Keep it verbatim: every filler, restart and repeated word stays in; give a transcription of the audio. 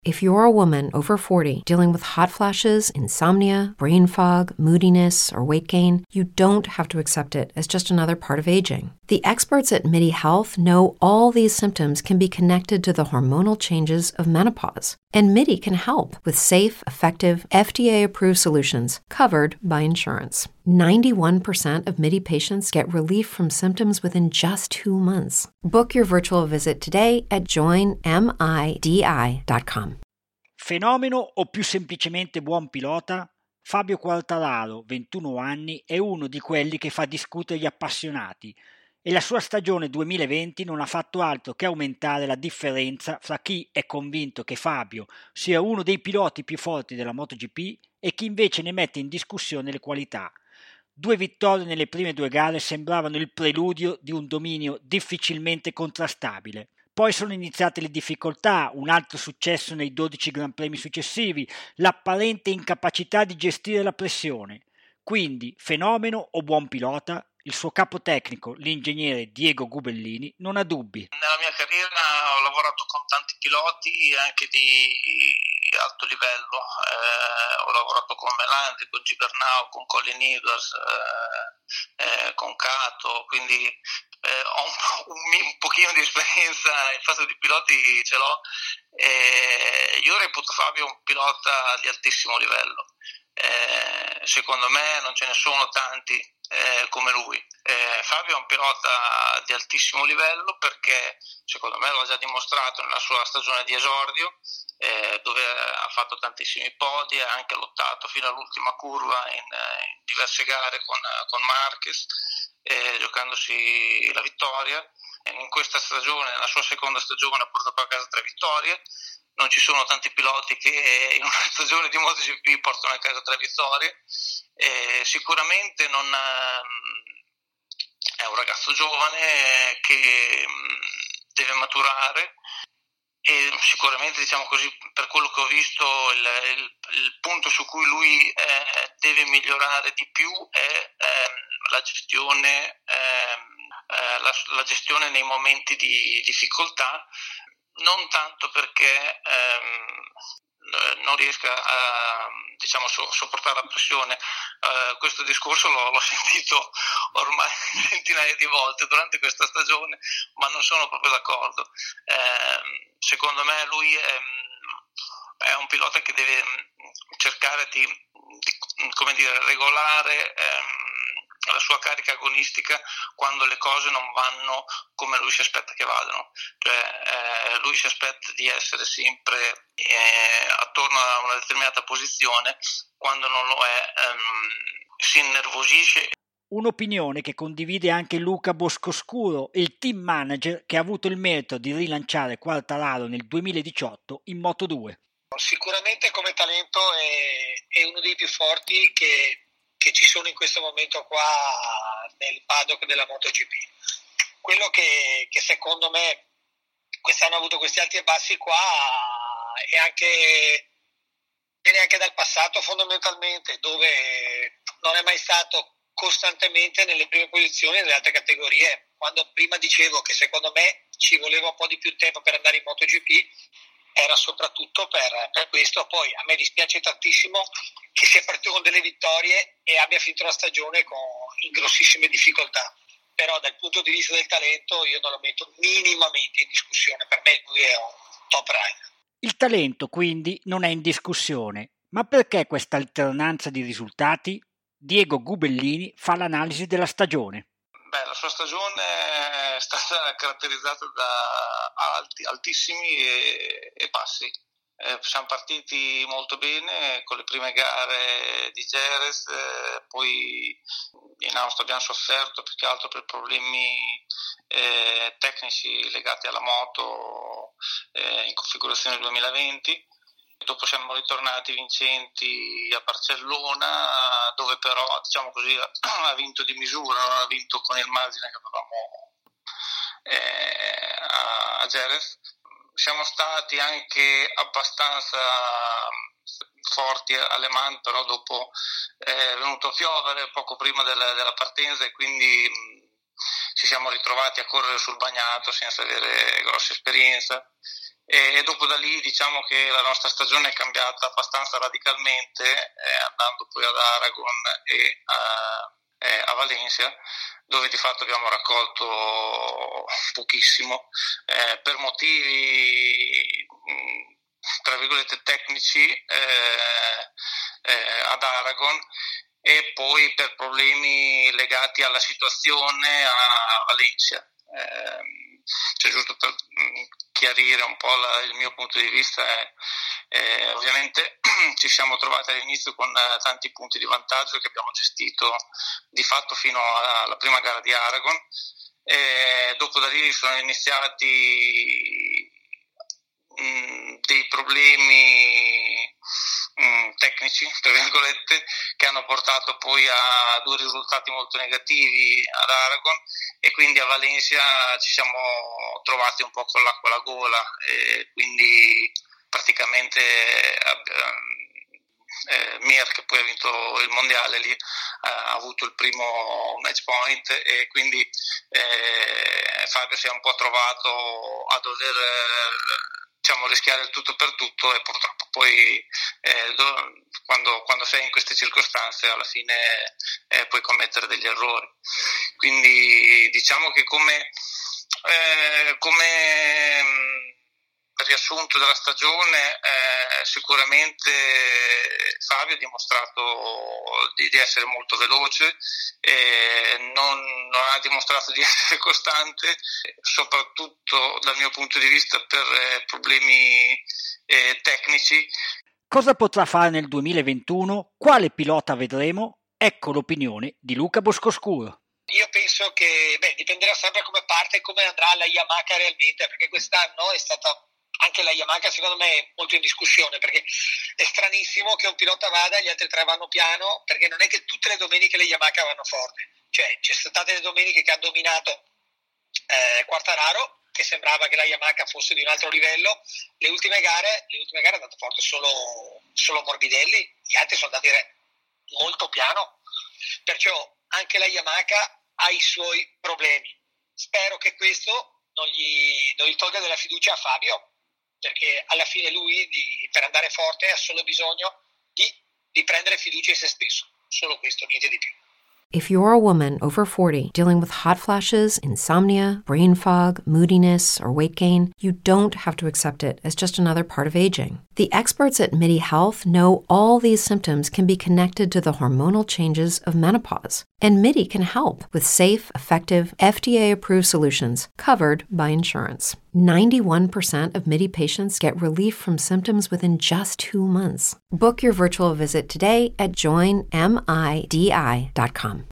If you're a woman over forty dealing with hot flashes, insomnia, brain fog, moodiness, or weight gain, you don't have to accept it as just another part of aging. The experts at MIDI Health know all these symptoms can be connected to the hormonal changes of menopause. And MIDI can help with safe, effective, F D A-approved solutions covered by insurance. ninety-one percent of MIDI patients get relief from symptoms within just two months. Book your virtual visit today at join midi dot com. Fenomeno o più semplicemente buon pilota? Fabio Quartararo, ventuno anni, è uno di quelli che fa discutere gli appassionati e la sua stagione duemilaventi non ha fatto altro che aumentare la differenza fra chi è convinto che Fabio sia uno dei piloti più forti della MotoGP e chi invece ne mette in discussione le qualità. Due vittorie nelle prime due gare sembravano il preludio di un dominio difficilmente contrastabile. Poi sono iniziate le difficoltà, un altro successo nei dodici Gran Premi successivi, l'apparente incapacità di gestire la pressione. Quindi, fenomeno o buon pilota? Il suo capo tecnico, l'ingegnere Diego Gubellini, non ha dubbi. Nella mia carriera ho lavorato con tanti piloti anche di alto livello, eh, ho lavorato con Melandri, con Gibernau, con Colin Edwards, eh, eh, con Cato, quindi eh, ho un, un, un pochino di esperienza in fase di piloti ce l'ho. Eh, io reputo Fabio un pilota di altissimo livello. Eh, secondo me non ce ne sono tanti eh, come lui. Eh, Fabio è un pilota di altissimo livello perché secondo me lo ha già dimostrato nella sua stagione di esordio, eh, dove ha fatto tantissimi podi e ha anche lottato fino all'ultima curva in, in diverse gare con, con Marquez, eh, giocandosi la vittoria. In questa stagione, nella sua seconda stagione, ha portato a casa tre vittorie. Non ci sono tanti piloti che in una stagione di MotoGP portano a casa tre vittorie. Eh, sicuramente non è un ragazzo giovane che deve maturare e sicuramente, diciamo così, per quello che ho visto il, il, il punto su cui lui eh, deve migliorare di più è eh, la gestione eh, eh, la, la gestione nei momenti di difficoltà, non tanto perché ehm, non riesca a, diciamo, so, sopportare la pressione. Uh, questo discorso l'ho, l'ho sentito ormai centinaia di volte durante questa stagione, ma non sono proprio d'accordo. Uh, secondo me lui è, è un pilota che deve cercare di, di come dire, regolare um, la sua carica agonistica quando le cose non vanno come lui si aspetta che vadano. Cioè eh, lui si aspetta di essere sempre eh, attorno a una determinata posizione, quando non lo è ehm, si innervosisce. Un'opinione che condivide anche Luca Boscoscuro, il team manager che ha avuto il merito di rilanciare Quartararo nel duemiladiciotto in Moto due. Sicuramente come talento è, è uno dei più forti che che ci sono in questo momento qua nel paddock della MotoGP. Quello che, che secondo me quest'anno ha avuto questi alti e bassi qua è anche viene anche dal passato fondamentalmente, dove non è mai stato costantemente nelle prime posizioni nelle altre categorie. Quando prima dicevo che secondo me ci voleva un po' di più tempo per andare in MotoGP, era soprattutto per, per questo. Poi a me dispiace tantissimo che sia partito con delle vittorie e abbia finito la stagione con, in grossissime difficoltà, però dal punto di vista del talento io non lo metto minimamente in discussione. Per me lui è un top rider. Il talento quindi non è in discussione, ma perché questa alternanza di risultati? Diego Gubellini fa l'analisi della stagione. Beh, la sua stagione è stata caratterizzata da alti, altissimi e, e bassi. Eh, siamo partiti molto bene con le prime gare di Jerez, eh, poi in Austria abbiamo sofferto più che altro per problemi eh, tecnici legati alla moto eh, in configurazione duemilaventi. Dopo siamo ritornati vincenti a Barcellona, dove però, diciamo così, ha vinto di misura, non ha vinto con il margine che avevamo eh, a Jerez. Siamo stati anche abbastanza forti a Le Mans, però dopo è venuto a piovere poco prima della, della partenza e quindi mh, ci siamo ritrovati a correre sul bagnato senza avere grossa esperienza. e dopo da lì diciamo che la nostra stagione è cambiata abbastanza radicalmente, eh, andando poi ad Aragon e a, eh, a Valencia, dove di fatto abbiamo raccolto pochissimo eh, per motivi mh, tra virgolette tecnici eh, eh, ad Aragon, e poi per problemi legati alla situazione a Valencia. Eh, cioè, giusto per chiarire un po' la, il mio punto di vista, è, eh, ovviamente ci siamo trovati all'inizio con eh, tanti punti di vantaggio che abbiamo gestito di fatto fino alla, alla prima gara di Aragon, e dopo da lì sono iniziati mh, dei problemi mh, tecnici, tra virgolette, che hanno portato poi a due risultati molto negativi ad Aragon, e quindi a Valencia ci siamo trovati un po' con l'acqua alla gola, e quindi praticamente eh, eh, Mir, che poi ha vinto il mondiale lì, ha avuto il primo match point, e quindi eh, Fabio si è un po' trovato a dover eh, diciamo rischiare il tutto per tutto, e purtroppo poi eh, do, quando, quando sei in queste circostanze alla fine eh, puoi commettere degli errori. Quindi diciamo che come, eh, come mh, riassunto della stagione eh, sicuramente Fabio ha dimostrato di, di essere molto veloce, eh, non, non ha dimostrato di essere costante, soprattutto dal mio punto di vista per eh, problemi eh, tecnici. Cosa potrà fare nel duemilaventuno? Quale pilota vedremo? Ecco l'opinione di Luca Boscoscuro. Io penso che beh, dipenderà sempre come parte e come andrà la Yamaha realmente, perché quest'anno è stata anche la Yamaha secondo me molto in discussione, perché è stranissimo che un pilota vada e gli altri tre vanno piano, perché non è che tutte le domeniche le Yamaha vanno forte, cioè ci sono state le domeniche che ha dominato eh, Quartararo, che sembrava che la Yamaha fosse di un altro livello. Le ultime gare le ultime gare è andato forte solo, solo Morbidelli, gli altri sono andati molto piano, perciò anche la Yamaha ha i suoi problemi. Spero che questo non gli, non gli tolga della fiducia a Fabio, perché alla fine lui di, per andare forte ha solo bisogno di, di prendere fiducia in se stesso, solo questo, niente di più. If you're a woman over forty dealing with hot flashes, insomnia, brain fog, moodiness, or weight gain, you don't have to accept it as just another part of aging. The experts at MIDI Health know all these symptoms can be connected to the hormonal changes of menopause. And MIDI can help with safe, effective, F D A-approved solutions covered by insurance. ninety-one percent of MIDI patients get relief from symptoms within just two months. Book your virtual visit today at join midi dot com.